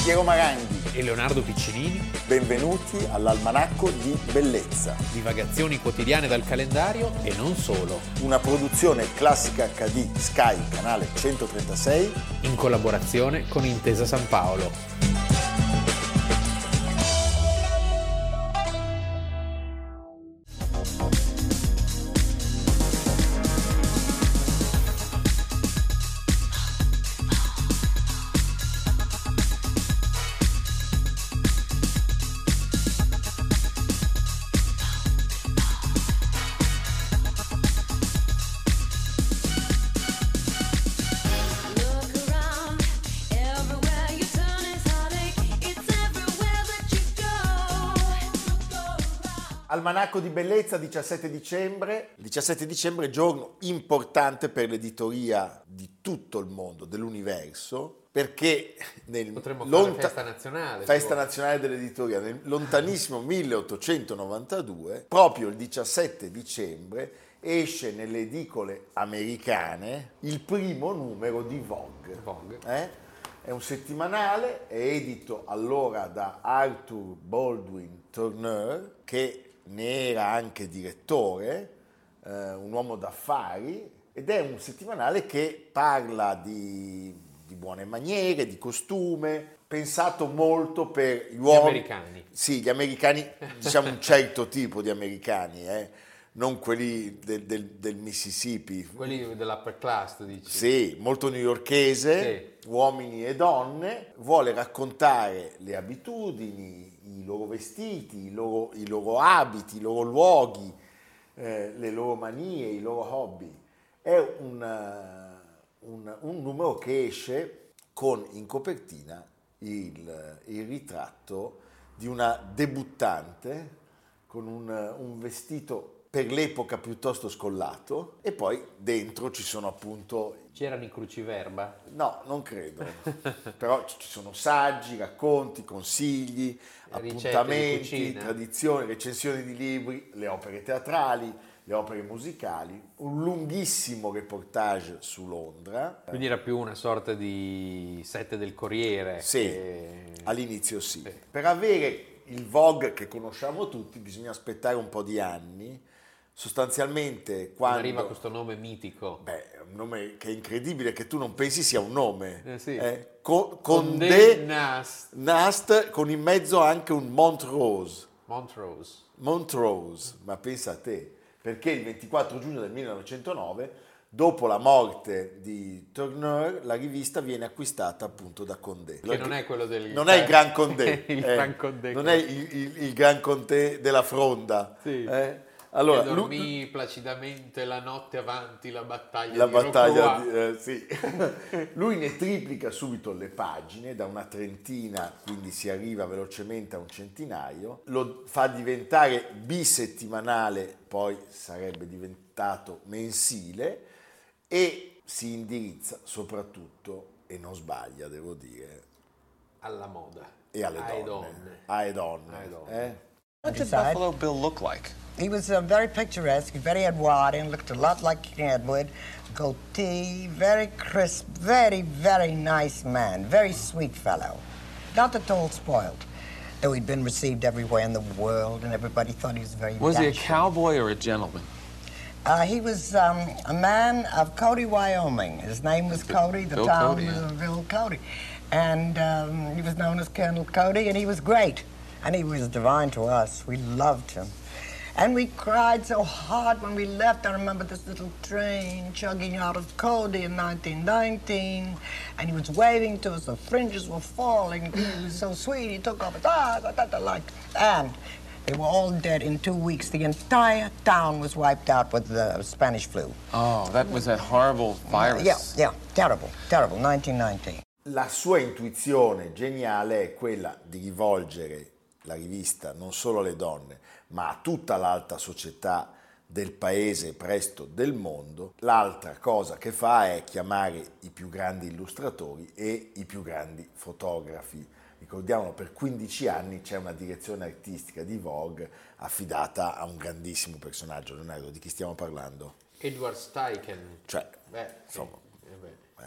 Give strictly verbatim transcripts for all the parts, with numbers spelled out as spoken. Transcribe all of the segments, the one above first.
Piero Maranghi e Leonardo Piccinini. Benvenuti all'Almanacco di Bellezza. Divagazioni quotidiane dal calendario e non solo. Una produzione Classica acca di Sky, canale centotrentasei. In collaborazione con Intesa San Paolo. Almanacco di Bellezza, diciassette dicembre. diciassette dicembre è giorno importante per l'editoria di tutto il mondo, dell'universo, perché nel potremmo lonta- fare festa nazionale. Festa nazionale dell'editoria, nel lontanissimo milleottocentonovantadue, proprio il diciassette dicembre, esce nelle edicole americane il primo numero di Vogue. Vogue. Eh? È un settimanale, è edito allora da Arthur Baldwin Turner, che ne era anche direttore, eh, un uomo d'affari, ed è un settimanale che parla di, di buone maniere, di costume, pensato molto per gli uomini. Gli americani. Sì, gli americani, diciamo un certo tipo di americani, eh, non quelli del, del, del Mississippi. Quelli dell'upper class, tu dici? Sì, molto newyorkese, sì. Uomini e donne, vuole raccontare le abitudini, i loro vestiti, i loro, i loro abiti, i loro luoghi, eh, le loro manie, i loro hobby. È un, un, un numero che esce con in copertina il, il ritratto di una debuttante con un, un vestito per l'epoca piuttosto scollato, e poi dentro ci sono appunto... C'erano i cruciverba? No, non credo, però ci sono saggi, racconti, consigli, Ricette appuntamenti, tradizioni, recensioni di libri, le opere teatrali, le opere musicali, un lunghissimo reportage su Londra. Quindi era più una sorta di Sette del Corriere. Sì, che... all'inizio sì. sì. Per avere il Vogue che conosciamo tutti bisogna aspettare un po' di anni. Sostanzialmente quando arriva questo nome mitico, beh, è un nome che è incredibile, che tu non pensi sia un nome, eh sì. eh, Co- Condé Nast. Nast, con in mezzo anche un Montrose. Montrose. Montrose, ma pensa a te, perché il ventiquattro giugno del millenovecentonove, dopo la morte di Turner, la rivista viene acquistata appunto da Condé. Che non è quello del... Non è il Gran Condé, il eh, Gran Condé non è il, il, il Gran Condé della Fronda. Sì. Eh. Allora, che dormì lui, placidamente la notte avanti la battaglia la di battaglia Rocroi. di, eh, sì. Lui ne triplica subito le pagine, da una trentina, quindi si arriva velocemente a un centinaio, lo fa diventare bisettimanale, poi sarebbe diventato mensile, e si indirizza soprattutto, e non sbaglia devo dire, alla moda e alle ai donne, donne. Alle donne. Ai donne. Eh? What did Buffalo Bill look like? He was uh, very picturesque, very Edwardian, looked a lot like King Edward, goatee, very crisp, very, very nice man, very sweet fellow. Not at all spoiled, though he'd been received everywhere in the world and everybody thought he was very Was he a dashing. cowboy or a gentleman? Uh, he was um, a man of Cody, Wyoming. His name was Cody, the Bill town Cody, was yeah. Bill Cody. And um, he was known as Colonel Cody, and he was great. And he was divine to us. We loved him. And we cried so hard when we left. I remember this little train chugging out of Cody in nineteen nineteen. And he was waving to us. The fringes were falling. He was so sweet. He took off his eyes. I thought I liked. And they were all dead in two weeks. The entire town was wiped out with the Spanish flu. Oh, that was that horrible virus. Yeah, yeah. Terrible, terrible. nineteen nineteen. La sua intuizione geniale è quella di rivolgere la rivista non solo alle donne, ma a tutta l'alta società del paese e presto del mondo. L'altra cosa che fa è chiamare i più grandi illustratori e i più grandi fotografi. Ricordiamolo, per quindici anni c'è una direzione artistica di Vogue affidata a un grandissimo personaggio. Leonardo, di chi stiamo parlando? Edward Steichen. Cioè, Beh, insomma, sì, eh beh. Eh,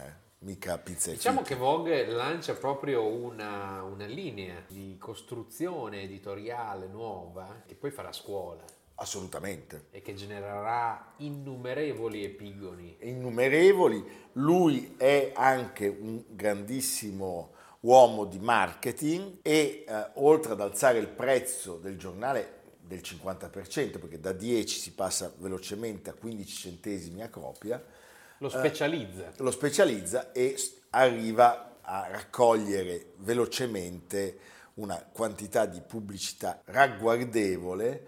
mica pizza e Diciamo fichi. che Vogue lancia proprio una, una linea di costruzione editoriale nuova che poi farà scuola Assolutamente. e che genererà innumerevoli epigoni. Innumerevoli. Lui è anche un grandissimo uomo di marketing e eh, oltre ad alzare il prezzo del giornale del cinquanta per cento, perché da dieci si passa velocemente a quindici centesimi a copia, Lo specializza. eh, lo specializza e s- arriva a raccogliere velocemente una quantità di pubblicità ragguardevole,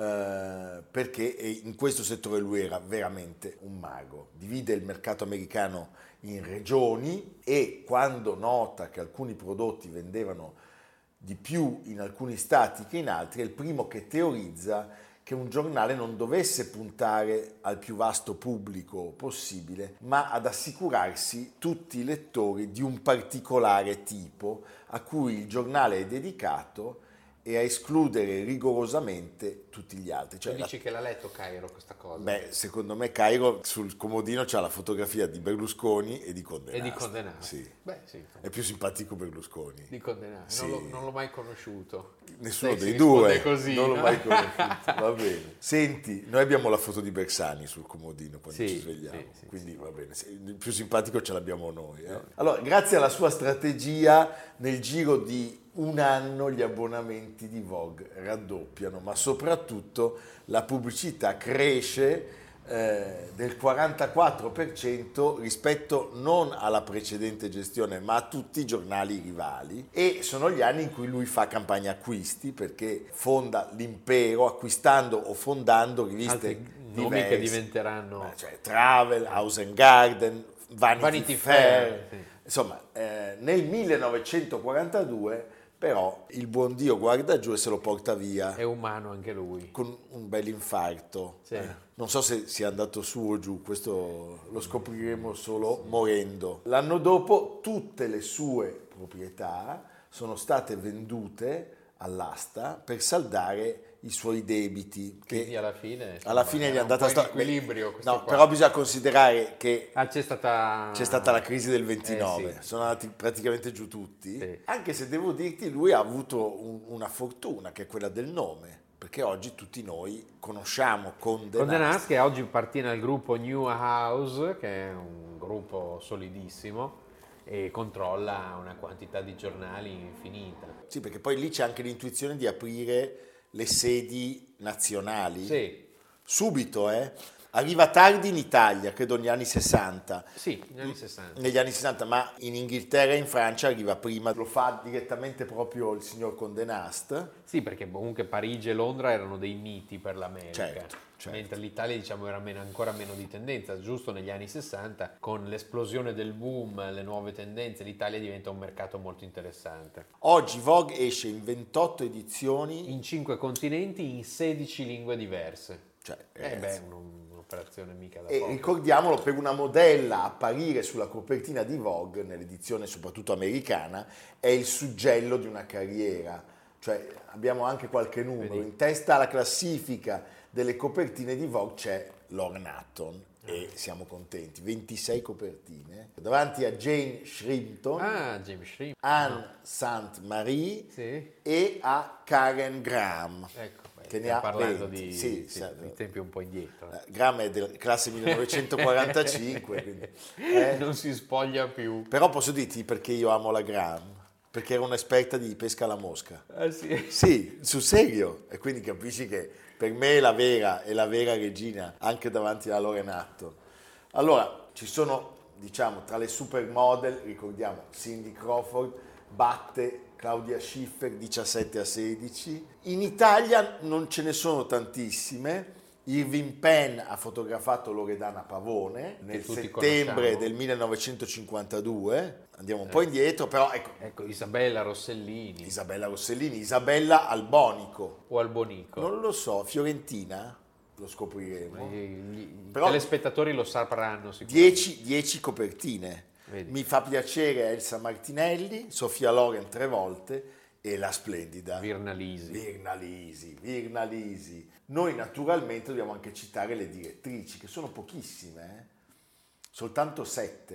eh, perché in questo settore lui era veramente un mago. Divide il mercato americano in regioni e quando nota che alcuni prodotti vendevano di più in alcuni stati che in altri, è il primo che teorizza che un giornale non dovesse puntare al più vasto pubblico possibile, ma ad assicurarsi tutti i lettori di un particolare tipo a cui il giornale è dedicato e a escludere rigorosamente tutti gli altri. Cioè, Cioè, dici la... che l'ha letto Cairo questa cosa? Beh, secondo me Cairo sul comodino c'ha la fotografia di Berlusconi e di Conde E di Nast. Conde Nast. Sì. Beh, sì. È più simpatico Berlusconi. Di Conde Nast. Sì. Non, l'ho, non l'ho mai conosciuto. Nessuno Sai, dei si due, risponde così, non l'ho no? mai conosciuto, va bene. Senti, noi abbiamo la foto di Bersani sul comodino quando Sì, ci svegliamo, sì, sì, quindi va bene, il più simpatico ce l'abbiamo noi. Eh? Allora, grazie alla sua strategia, nel giro di un anno gli abbonamenti di Vogue raddoppiano, ma soprattutto la pubblicità cresce eh, del quarantaquattro per cento rispetto non alla precedente gestione ma a tutti i giornali rivali, e sono gli anni in cui lui fa campagna acquisti perché fonda l'impero acquistando o fondando riviste Altri nomi diverse, che diventeranno eh, cioè Travel, House and Garden, Vanity, Vanity Fair, Fair, sì. Insomma eh, nel millenovecentoquarantadue però il buon Dio guarda giù e se lo porta via è umano anche lui. con un bel infarto. Sì. Eh, non so se sia andato su o giù, questo lo scopriremo solo morendo. L'anno dopo tutte le sue proprietà sono state vendute all'asta per saldare i suoi debiti. Quindi Che alla fine alla fine gli è era andata un po' in sto- equilibrio questo No, qua. però bisogna considerare che Ah, c'è stata c'è stata la crisi del ventinove, Eh, sì. sono andati praticamente giù tutti, Sì. anche se devo dirti lui ha avuto un- una fortuna che è quella del nome, perché oggi tutti noi conosciamo Conde Conde Nast. Nast, che oggi appartiene al gruppo New House, che è un gruppo solidissimo e controlla una quantità di giornali infinita. Sì, perché poi lì c'è anche l'intuizione di aprire le sedi nazionali. Sì, Subito, eh. Arriva tardi in Italia, credo negli anni sessanta. sì, negli anni sessanta. Negli anni sessanta, ma in Inghilterra e in Francia arriva prima, lo fa direttamente proprio il signor Conde Nast. Sì, perché comunque Parigi e Londra erano dei miti per l'America, Certo, certo. mentre l'Italia diciamo era meno- ancora meno di tendenza. Giusto negli anni sessanta, con l'esplosione del boom, le nuove tendenze, l'Italia diventa un mercato molto interessante. Oggi Vogue esce in ventotto edizioni, In cinque continenti, in sedici lingue diverse. cioè, Eh beh, ragazzi, un- un'operazione mica da e poco. ricordiamolo, per una modella apparire sulla copertina di Vogue, nell'edizione soprattutto americana, è il suggello di una carriera. Cioè abbiamo anche qualche numero. Vedi. In testa alla classifica delle copertine di Vogue c'è Lorna Hutton e siamo contenti, ventisei copertine, davanti a Jane Shrimpton, Ah, James Shrimp. Anne Saint Marie Sì, e a Karen Graham. ecco. beh, Che ne stiamo ha parlando venti, di, sì, sì, sa- di tempi un po' indietro. Eh, Graham è del classe millenovecentoquarantacinque, quindi, eh. Non si spoglia più. Però posso dirti perché io amo la Graham, perché era un'esperta di pesca alla mosca. Ah, sì. Sì, sul serio, e quindi capisci che per me è la vera, è la vera regina, anche davanti alla Lorna Hutton. Allora, ci sono, diciamo, tra le supermodel, ricordiamo, Cindy Crawford, batte Claudia Schiffer diciassette a sedici. In Italia non ce ne sono tantissime. Irving Penn ha fotografato Loredana Pavone nel tutti settembre conosciamo. del millenovecentocinquantadue. Andiamo un po' indietro, però ecco, Ecco, Isabella Rossellini Isabella Rossellini, Isabella Albonico. o Albonico. Non lo so, Fiorentina? Lo scopriremo. I, i Però- telespettatori lo sapranno sicuramente. dieci, dieci copertine. Vedi. Mi fa piacere Elsa Martinelli, Sofia Loren tre volte e la splendida Virnalisi. Virna Lisi, Virna Lisi. Noi naturalmente dobbiamo anche citare le direttrici, che sono pochissime, eh? Soltanto sette.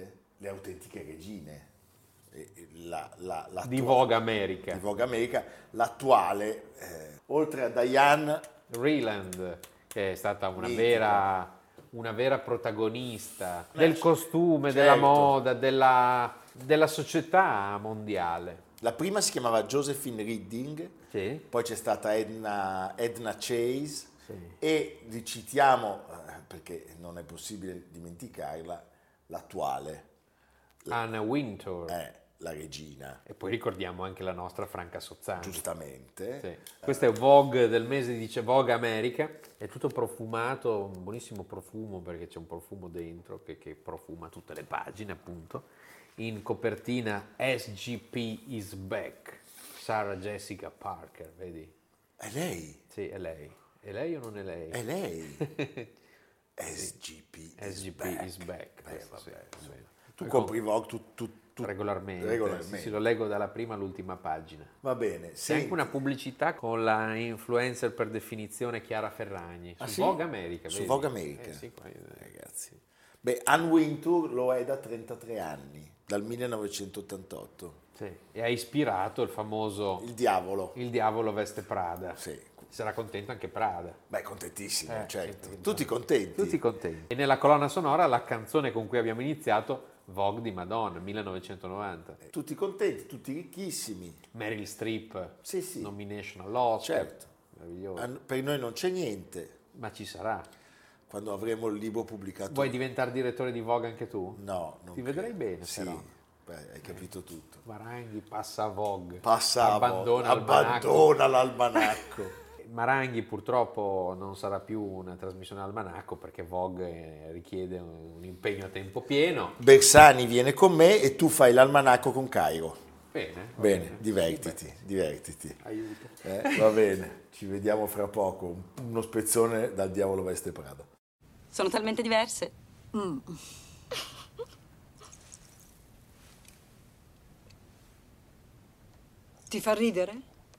le autentiche regine. La, la, la di Vogue America. Di Vogue America, l'attuale, eh, oltre a Diane Vreeland, che è stata una mitica. vera, una vera protagonista del costume, certo. della moda, della, della società mondiale. La prima si chiamava Josephine Redding, Sì. poi c'è stata Edna, Edna Chase, Sì. e citiamo, eh, perché non è possibile dimenticarla, l'attuale. Anna Wintour. Eh, la regina. E poi ricordiamo anche la nostra Franca Sozzani. Giustamente. Sì. Questo è Vogue del mese, dice Vogue America, è tutto profumato, un buonissimo profumo perché c'è un profumo dentro che, che profuma tutte le pagine, appunto. In copertina S G P is back, Sarah Jessica Parker, vedi? È lei? Sì, è lei. È lei o non è lei? È lei. S G P is S G P back. is back. Beh, Questo, vabbè, sì, insomma. bene. Tu Poi compri Vogue tu, tu, tu, regolarmente, regolarmente. Sì, sì, lo leggo dalla prima all'ultima pagina. Va bene. C'è Senti. anche una pubblicità con la influencer per definizione Chiara Ferragni su Ah, sì? Vogue America. Su vedi? Vogue America. Eh, sì, qua- Ragazzi. Beh, Anne Wintour lo è da trentatré anni, dal millenovecentottantotto. sì. E ha ispirato il famoso Il diavolo. Il diavolo veste Prada. Sì. Sarà contento anche Prada. Beh, contentissimo, Eh, certo. sì, Tutti contenti. Tutti contenti. E nella colonna sonora la canzone con cui abbiamo iniziato, Vogue di Madonna, millenovecentonovanta. Tutti contenti, tutti ricchissimi. Meryl Streep, Sì, sì. nomination all'Oscar. Certo. Meraviglioso. An- Per noi non c'è niente. Ma ci sarà. Quando avremo il libro pubblicato. Vuoi diventare direttore di Vogue anche tu? No, non Ti credo. vedrei bene, Sì, però. beh, hai capito tutto. Maranghi passa a Vogue. Passa a abbandona Vogue, abbandona l'almanacco. Maranghi purtroppo non sarà più una trasmissione almanacco perché Vogue richiede un un impegno a tempo pieno. Bersani viene con me e tu fai l'almanacco con Cairo. Bene, va Bene, divertiti, divertiti. Aiuto. Eh, va bene, ci vediamo fra poco. Un- Uno spezzone dal Diavolo Veste Prada. Sono talmente diverse. Mm. Ti fa ridere?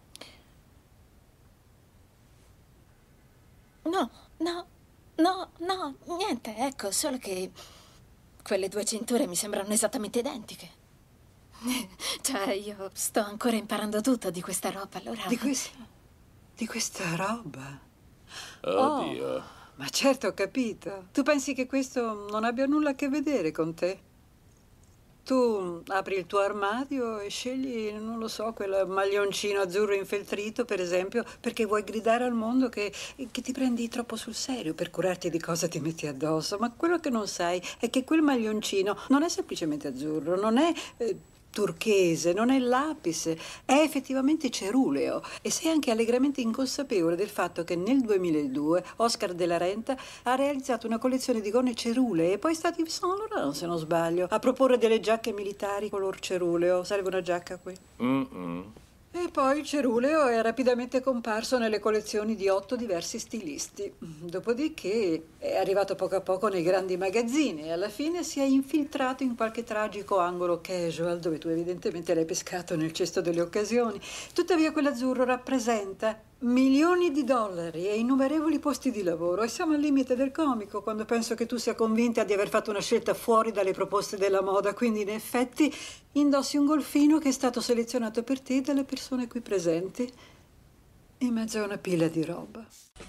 No, no, no, no, niente, ecco, solo che quelle due cinture mi sembrano esattamente identiche. Cioè, io sto ancora imparando tutto di questa roba, allora... Di, quest- di questa roba? Oddio. Oh, ma certo, ho capito. Tu pensi che questo non abbia nulla a che vedere con te? Tu apri il tuo armadio e scegli, non lo so, quel maglioncino azzurro infeltrito, per esempio, perché vuoi gridare al mondo che, che ti prendi troppo sul serio per curarti di cosa ti metti addosso. Ma quello che non sai è che quel maglioncino non è semplicemente azzurro, non è eh, turchese, non è lapis, è effettivamente ceruleo. E sei anche allegramente inconsapevole del fatto che nel duemiladue Oscar de la Renta ha realizzato una collezione di gonne cerulee e poi è stato Yves Saint Laurent, se non sbaglio, a proporre delle giacche militari color ceruleo. Serve una giacca qui. Mm-mm. E poi il ceruleo è rapidamente comparso nelle collezioni di otto diversi stilisti. Dopodiché è arrivato poco a poco nei grandi magazzini e alla fine si è infiltrato in qualche tragico angolo casual dove tu evidentemente l'hai pescato nel cesto delle occasioni. Tuttavia quell'azzurro rappresenta milioni di dollari e innumerevoli posti di lavoro e siamo al limite del comico quando penso che tu sia convinta di aver fatto una scelta fuori dalle proposte della moda, quindi in effetti indossi un golfino che è stato selezionato per te dalle persone qui presenti in mezzo a una pila di roba.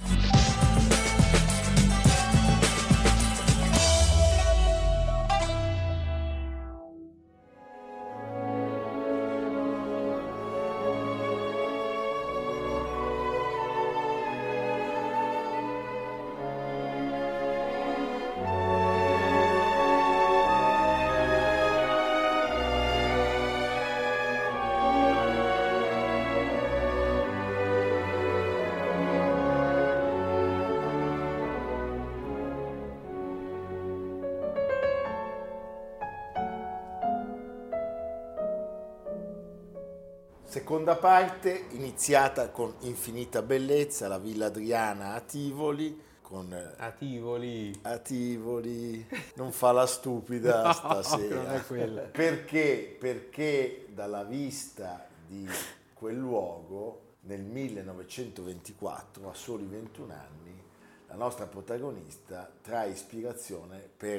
Seconda parte, iniziata con infinita bellezza, la Villa Adriana a Tivoli, con A Tivoli. a Tivoli, non fa la stupida No, stasera. non è quella. Perché? Perché dalla vista di quel luogo, nel millenovecentoventiquattro, a soli ventuno anni, la nostra protagonista trae ispirazione per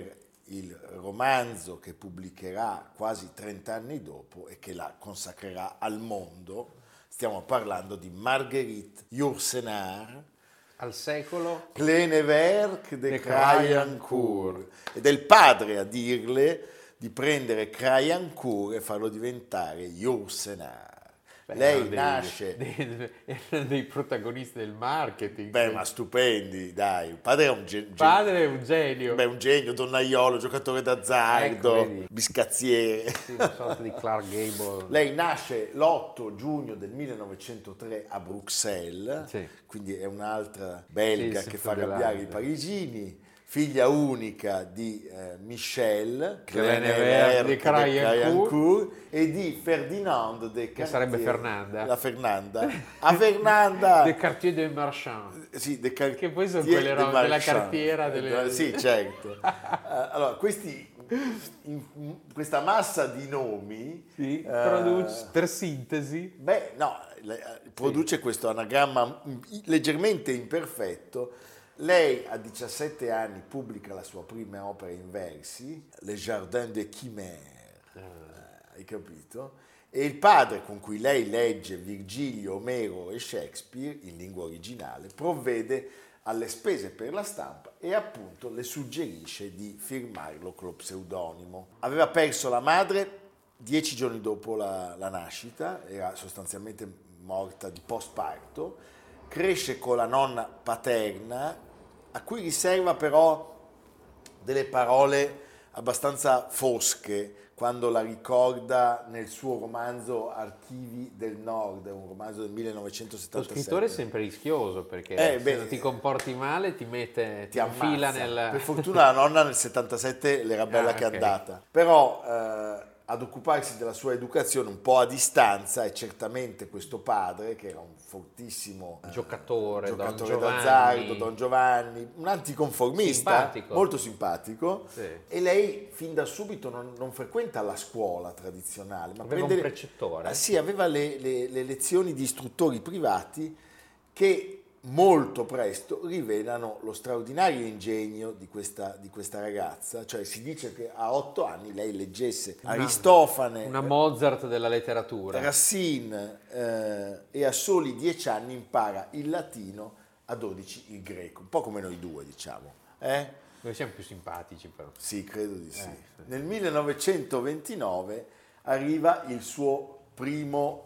il romanzo che pubblicherà quasi trent'anni dopo e che la consacrerà al mondo. Stiamo parlando di Marguerite Yourcenar, al secolo Kleine Werk de, de Crayancourt, ed è il padre a dirle di prendere Crayancourt e farlo diventare Yourcenar. Beh, Lei erano dei, nasce... Dei, erano dei protagonisti del marketing. Beh, ma stupendi, dai. Il padre è un genio. Il padre è un genio. Beh, un genio, donnaiolo, giocatore d'azzardo, Ecco, biscazziere. Sì, una sorta di Clark Gable. Lei nasce l'otto giugno del millenovecentotre a Bruxelles, Sì. Quindi è un'altra belga Sì, che sì, fa arrabbiare i parigini. Figlia unica di eh, Michel Kleine Werk de Crayancourt e di Ferdinand de Cartier. Che sarebbe Fernanda. La Fernanda. A Fernanda. De Cartier de Marchand. Sì, de Cartier, che poi sono quelle robe della Marchand. cartiera delle... Sì, certo. Allora, questi, in, in questa massa di nomi... Sì, eh, produce, per sintesi... Beh, no, le, produce sì. questo anagramma leggermente imperfetto. Lei a diciassette anni pubblica la sua prima opera in versi, Le Jardin des Chimères, ah. hai capito? E il padre con cui lei legge Virgilio, Omero e Shakespeare in lingua originale provvede alle spese per la stampa e appunto le suggerisce di firmarlo con lo pseudonimo. Aveva perso la madre dieci giorni dopo la, la nascita, era sostanzialmente morta di postparto, cresce con la nonna paterna, a cui riserva però delle parole abbastanza fosche quando la ricorda nel suo romanzo Archivi del Nord, un romanzo del millenovecentosettantasette. Lo scrittore è sempre rischioso perché eh, se beh, non ti comporti male ti mette, ti, ti infila nel... Per fortuna la nonna nel settantasette l'era bella ah, che è okay. andata. Però eh, ad occuparsi della sua educazione un po' a distanza è certamente questo padre, che era un fortissimo giocatore, eh, giocatore Don d'azzardo, Giovanni. Don Giovanni, un anticonformista, simpatico. molto simpatico, sì. E lei fin da subito non, non frequenta la scuola tradizionale, ma aveva prende, un precettore. Ah, sì, aveva le, le, le lezioni di istruttori privati che molto presto rivelano lo straordinario ingegno di questa, di questa ragazza, cioè si dice che a otto anni lei leggesse una, Aristofane, una Mozart della letteratura, Racine eh, e a soli dieci anni impara il latino, a dodici il greco, un po' come noi due diciamo. Eh? Noi siamo più simpatici però. Sì, credo di sì. Eh, sì. Nel millenovecentoventinove arriva il suo primo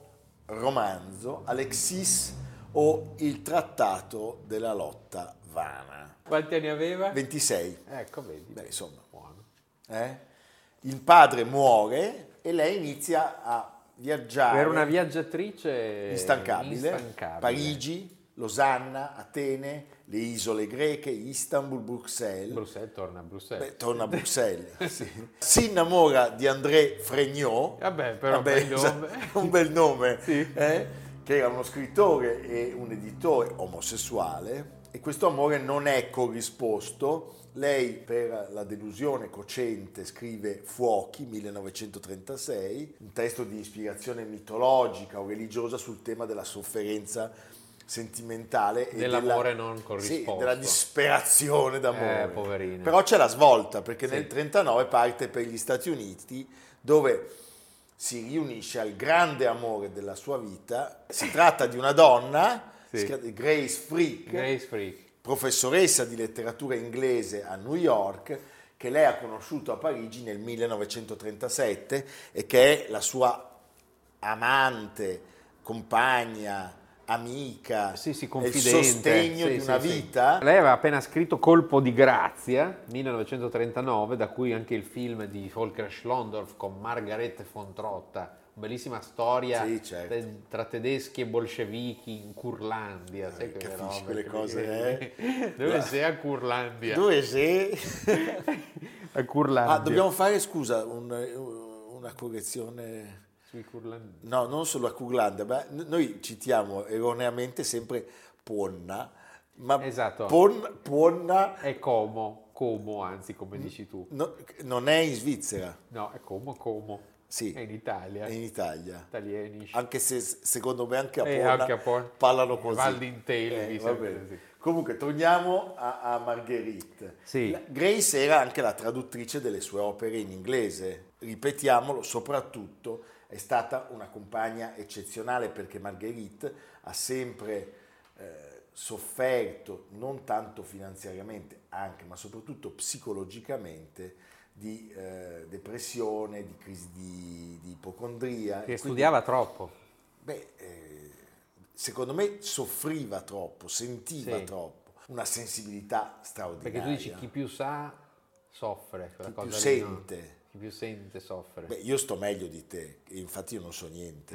romanzo, Alexis o il trattato della lotta vana. Quanti anni aveva? ventisei. Ecco, vedi. Beh, insomma. Buono. Eh? Il padre muore e lei inizia a viaggiare. Era una viaggiatrice instancabile. instancabile. Parigi, Losanna, Atene, le isole greche, Istanbul, Bruxelles. Bruxelles torna a Bruxelles. Beh, torna a Bruxelles. Sì. Si innamora di André Fregnaud. Vabbè, però Vabbè, un bel nome. Un bel nome. Sì. Eh? Che era uno scrittore e un editore omosessuale, e questo amore non è corrisposto. Lei, per la delusione cocente, scrive Fuochi, millenovecentotrentasei, un testo di ispirazione mitologica o religiosa sul tema della sofferenza sentimentale e dell'amore della, non corrisposto, sì, della disperazione d'amore. Eh, poverina. Però c'è la svolta, perché sì. nel trentanove parte per gli Stati Uniti, dove si riunisce al grande amore della sua vita. Si tratta di una donna, sì. Grace Frick, Grace Frick, professoressa di letteratura inglese a New York, che lei ha conosciuto a Parigi nel millenovecentotrentasette e che è la sua amante, compagna, amica, sì, sì, il sostegno sì, di una sì, vita. Sì. Lei aveva appena scritto Colpo di grazia, millenovecentotrentanove, da cui anche il film di Volker Schlondorf con Margarete von Trotta, bellissima storia sì, certo. te- tra tedeschi e bolscevichi in Curlandia, sai Eh, quelle capisci robe, quelle cose, che- eh? Dove La- sei a Curlandia? Dove sei? A Curlandia. Ah, dobbiamo fare, scusa, un, una correzione. Sui Curlandi- No, non solo a Curlandia, ma noi citiamo erroneamente sempre Ponna, ma Esatto. Pon- Ponna È Como, Como anzi, come dici tu. no- non è in Svizzera, No, è Como, Como. sì, È in Italia. è in Italia. Italianisch. Anche se secondo me anche a Eh, Ponna anche a Ponna. parlano così. Val d'Intelvi, Eh, mi va sembra bene. così. Comunque, torniamo a, a Marguerite. Sì. La- Grace era anche la traduttrice delle sue opere in inglese. Ripetiamolo, soprattutto è stata una compagna eccezionale perché Marguerite ha sempre eh, sofferto, non tanto finanziariamente, anche, ma soprattutto psicologicamente, di eh, depressione, di crisi di, di ipocondria. Che E quindi, studiava troppo. beh, eh, secondo me soffriva troppo, sentiva Sì. troppo, una sensibilità straordinaria. Perché tu dici chi più sa soffre. Quella Chi cosa più lì, no? sente. Chi più sente soffre. Beh, io sto meglio di te, e infatti io non so niente.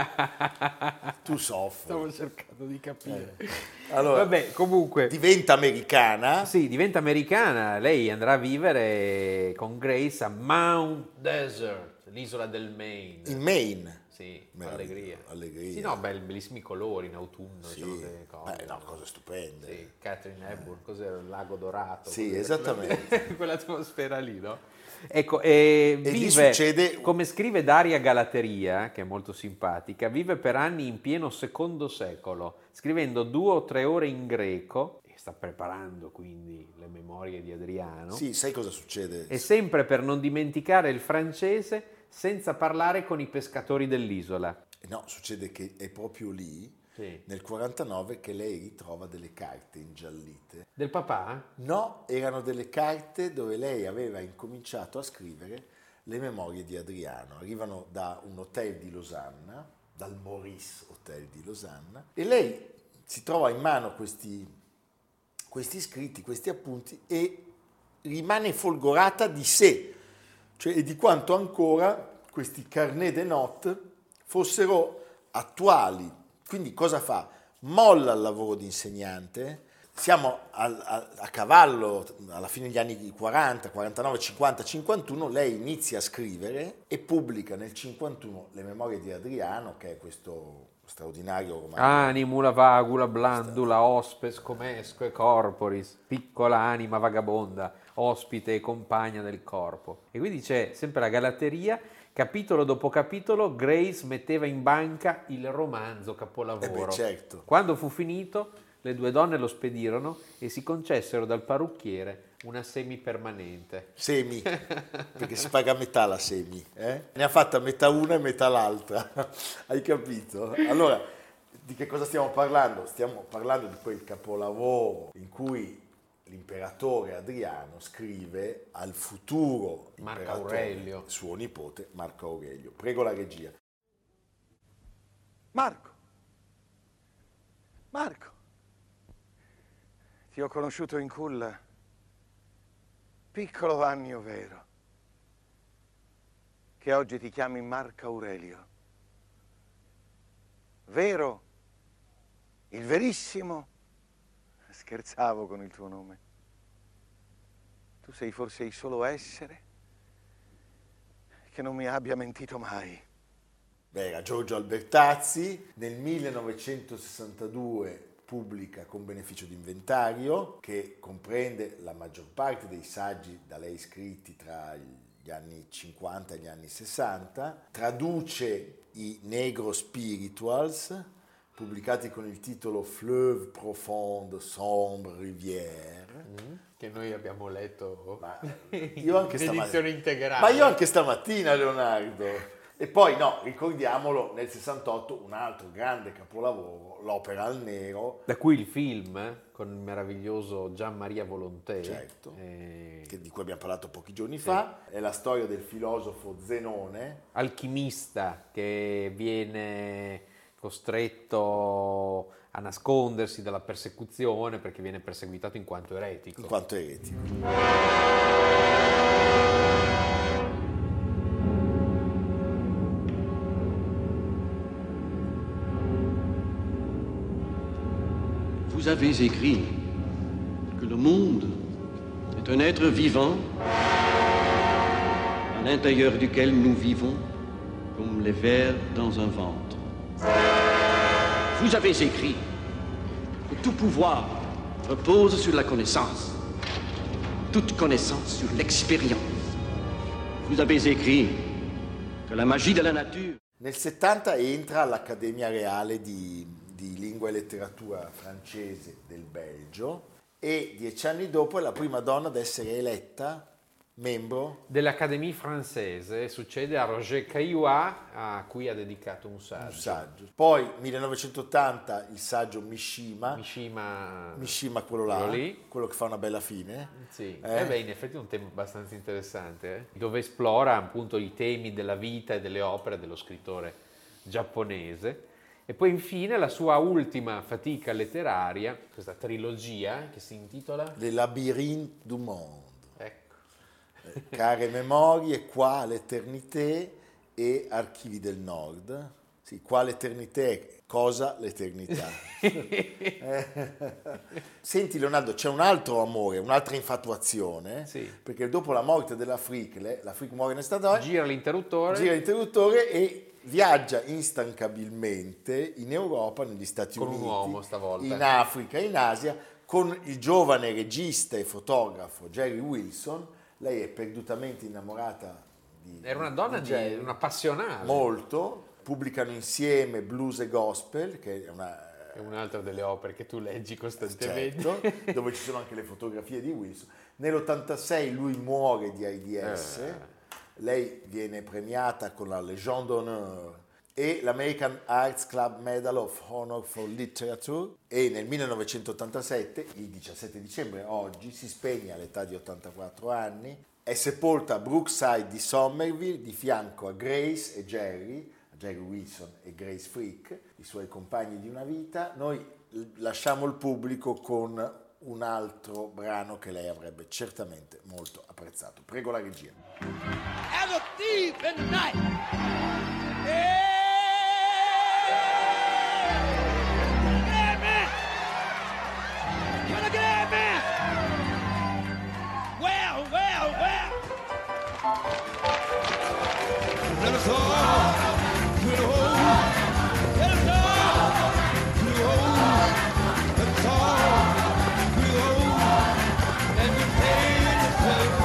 Tu soffri. Stavo cercando di capire. Eh. Allora, Vabbè, comunque. diventa americana. Sì, diventa americana. Lei andrà a vivere con Grace a Mount Desert, l'isola del Maine. In Maine. Sì, Meraviglioso, allegria. allegria. Sì, no, bel- bellissimi colori in autunno. Sì. diciamo, delle cose. Beh, no, cose stupende. Sì, Catherine Hepburn, cos'era? Il lago dorato. Sì, cos'era? esattamente. Quell'atmosfera lì, no? Ecco, e E lì vive, succede- come scrive Daria Galateria, che è molto simpatica, vive per anni in pieno secondo secolo, scrivendo due o tre ore in greco, e sta preparando quindi le memorie di Adriano, Sì, sai cosa succede? e sempre per non dimenticare il francese senza parlare con i pescatori dell'isola. No, succede che è proprio lì, Sì. nel quarantanove, che lei ritrova delle carte ingiallite. Del papà? No, erano delle carte dove lei aveva incominciato a scrivere le memorie di Adriano. Arrivano da un hotel di Losanna, dal Maurice Hotel di Losanna, e lei si trova in mano questi, questi scritti, questi appunti, e rimane folgorata di sé, cioè e di quanto ancora questi carnet de notes fossero attuali. Quindi cosa fa? Molla il lavoro di insegnante. Siamo al- a, a cavallo, alla fine degli anni quaranta, quarantanove, cinquanta, cinquantuno, lei inizia a scrivere e pubblica nel cinquantuno le memorie di Adriano, che è questo straordinario romanzo. Animula vagula blandula hospes comesque corporis, piccola anima vagabonda, ospite e compagna del corpo. E quindi c'è sempre la Galateria, capitolo dopo capitolo, Grace metteva in banca il romanzo capolavoro. Eh beh, certo. Quando fu finito, le due donne lo spedirono e si concessero dal parrucchiere una semipermanente. Semi, perché si paga a metà la semi, eh? Ne ha fatta metà una e metà l'altra, hai capito? Allora, di che cosa stiamo parlando? Stiamo parlando di quel capolavoro in cui l'imperatore Adriano scrive al futuro Marco imperatore, Aurelio. suo nipote Marco Aurelio. Prego la regia. Marco. Marco. Ti ho conosciuto in culla. Piccolo Vannio vero. Che oggi ti chiami Marco Aurelio. Vero? Il verissimo? Scherzavo con il tuo nome. Tu sei forse il solo essere che non mi abbia mentito mai. Beh, era Giorgio Albertazzi. Nel millenovecentosessantadue pubblica Con beneficio d'inventario, che comprende la maggior parte dei saggi da lei scritti tra gli anni cinquanta e gli anni sessanta, traduce i Negro Spirituals, pubblicati con il titolo Fleuve profonde, sombre rivière. Mm, che noi abbiamo letto Ma io anche in stamattina, edizione integrale. ma io anche stamattina, Leonardo. E poi no, ricordiamolo, nel sessantotto un altro grande capolavoro, l'Opera al nero, Da cui il film eh, con il meraviglioso Gian Maria Volonté, certo, eh, che- di cui abbiamo parlato pochi giorni fa, è la storia del filosofo Zenone, alchimista che viene costretto a nascondersi dalla persecuzione perché viene perseguitato in quanto eretico. in quanto eretico. Vous avez écrit que le monde est un être vivant à l'intérieur duquel nous vivons comme les vers dans un ventre. Vous avez écrit que tout pouvoir repose sur la connaissance, toute connaissance sur l'expérience. Vous avez écrit que la magie de la nature... Nel settanta entra all'Accademia Reale di, di lingua e letteratura francese del Belgio, e dieci anni dopo è la prima donna ad essere eletta membro dell'Académie Française. Succede a Roger Caillois, a cui ha dedicato un saggio. Un saggio. Poi millenovecentottanta il saggio Mishima. Mishima, Mishima quello là, quello lì. quello che fa una bella fine. Sì, eh? eh beh, in effetti è un tema abbastanza interessante, eh? Dove esplora appunto i temi della vita e delle opere dello scrittore giapponese. E poi infine la sua ultima fatica letteraria, questa trilogia che si intitola Les Labyrinthes du Monde. Ecco. Care memorie, qua l'eternité e Archivi del Nord. Sì, qua l'eternité, cosa l'eternità. eh. Senti Leonardo, c'è un altro amore, un'altra infatuazione, sì. Perché dopo la morte dell'Afrique, l'Afrique muore in estate, gira l'interruttore, gira l'interruttore e viaggia instancabilmente in Europa, negli Stati con Uniti, un uomo stavolta, in Africa, in Asia, con il giovane regista e fotografo Jerry Wilson. Lei è perdutamente innamorata di era una donna, di di, Jerry, una passionale. Molto. Pubblicano insieme Blues e Gospel, che è una... È un'altra delle opere che tu leggi costantemente. Certo, dove ci sono anche le fotografie di Wilson. Nell'ottantasei lui muore di AIDS, eh. Lei viene premiata con la Légion d'honneur e l'American Arts Club Medal of Honor for Literature, e nel millenovecentottantasette, il diciassette dicembre, oggi, si spegne all'età di ottantaquattro anni. È sepolta a Brookside di Somerville, di fianco a Grace e Jerry, Jerry Wilson e Grace Frick, i suoi compagni di una vita. Noi lasciamo il pubblico con un altro brano che lei avrebbe certamente molto apprezzato. Prego la regia. As a thief in the night. Yeah. Get me. Gonna get me. Well, well, well. Let us all to the hole. Let us all to the hole. Let us all to the hole. And we pay the toll.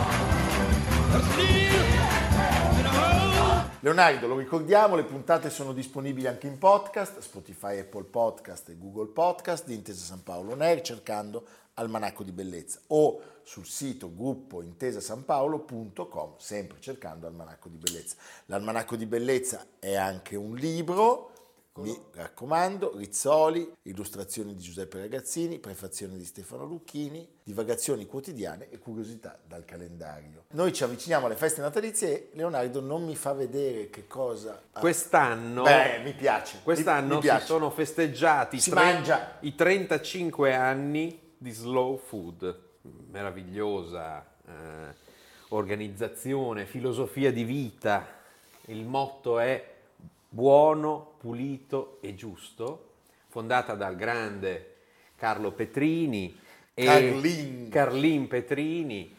Let's leave in a hole. Leonardo, lo ricordiamo, le puntate sono disponibili anche in podcast, Spotify, Apple Podcast e Google Podcast di Intesa San Paolo On Air, cercando Almanacco di Bellezza, o sul sito gruppo intesa san paolo punto com, sempre cercando Almanacco di Bellezza. L'Almanacco di Bellezza è anche un libro, mi raccomando, Rizzoli, illustrazioni di Giuseppe Ragazzini, prefazione di Stefano Lucchini, divagazioni quotidiane e curiosità dal calendario. Noi ci avviciniamo alle feste natalizie e Leonardo non mi fa vedere che cosa... Ha... Quest'anno, Beh, mi piace. Quest'anno mi, mi piace. si sono festeggiati si tre, mangia. i trentacinque anni di Slow Food, meravigliosa eh, organizzazione, filosofia di vita. Il motto è buono, pulito e giusto, fondata dal grande Carlo Petrini e Carlin. Carlin Petrini,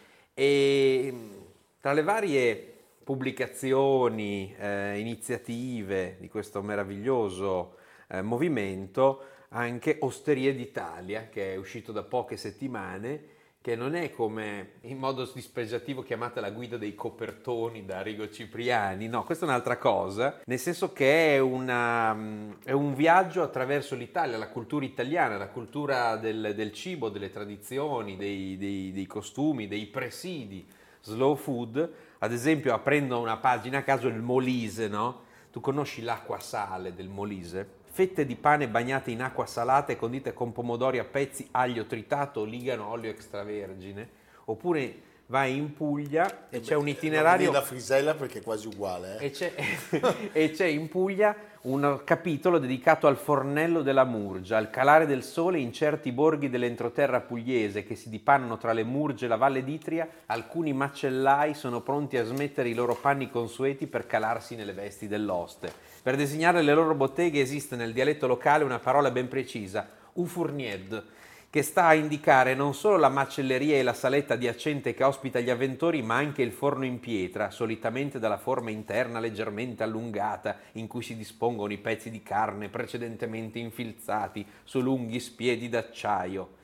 e tra le varie pubblicazioni, eh, iniziative di questo meraviglioso eh, movimento, anche Osterie d'Italia, che è uscito da poche settimane, che non è, come in modo dispregiativo chiamata, la guida dei copertoni da Arrigo Cipriani. No, questa è un'altra cosa, nel senso che è, una, è un viaggio attraverso l'Italia, la cultura italiana, la cultura del, del cibo, delle tradizioni, dei, dei, dei costumi, dei presidi. Slow Food, ad esempio, aprendo una pagina a caso, il Molise, no? Tu conosci l'acqua sale del Molise? Fette di pane bagnate in acqua salata e condite con pomodori a pezzi, aglio tritato, origano, olio extravergine. Oppure vai in Puglia e, e c'è beh, un itinerario... la frisella perché è quasi uguale. Eh? E, c'è, e c'è in Puglia un capitolo dedicato al fornello della Murgia, al calare del sole in certi borghi dell'entroterra pugliese che si dipanano tra le Murge e la Valle d'Itria. Alcuni macellai sono pronti a smettere i loro panni consueti per calarsi nelle vesti dell'oste. Per designare le loro botteghe esiste nel dialetto locale una parola ben precisa, ufurnied, che sta a indicare non solo la macelleria e la saletta adiacente che ospita gli avventori, ma anche il forno in pietra, solitamente dalla forma interna leggermente allungata, in cui si dispongono i pezzi di carne precedentemente infilzati su lunghi spiedi d'acciaio.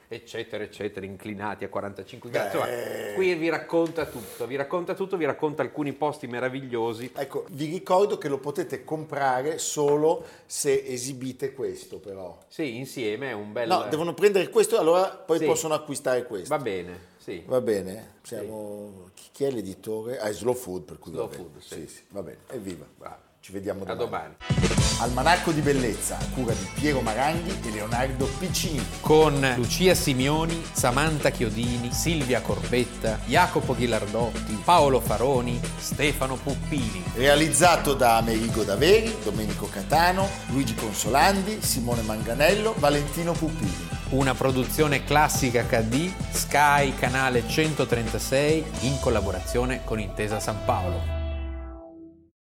eccetera, eccetera, inclinati a quarantacinque gradi. Insomma, qui vi racconta tutto, vi racconta tutto, vi racconta alcuni posti meravigliosi. Ecco, vi ricordo che lo potete comprare solo se esibite questo, però. Sì, insieme è un bel... No, devono prendere questo e allora poi Sì. possono acquistare questo. Va bene, sì. Va bene? Siamo... Chi, chi è l'editore? Ah, è Slow Food, per cui Slow va bene. Food, sì. Sì, sì, va bene. Evviva. Bravo. Ci vediamo A domani. domani. Almanacco di bellezza, a cura di Piero Maranghi e Leonardo Piccini. Con Lucia Simioni, Samantha Chiodini, Silvia Corbetta, Jacopo Ghilardotti, Paolo Faroni, Stefano Puppini. Realizzato da Amerigo Daveri, Domenico Catano, Luigi Consolandi, Simone Manganello, Valentino Puppini. Una produzione Classica acca di, Sky canale centotrentasei, in collaborazione con Intesa San Paolo.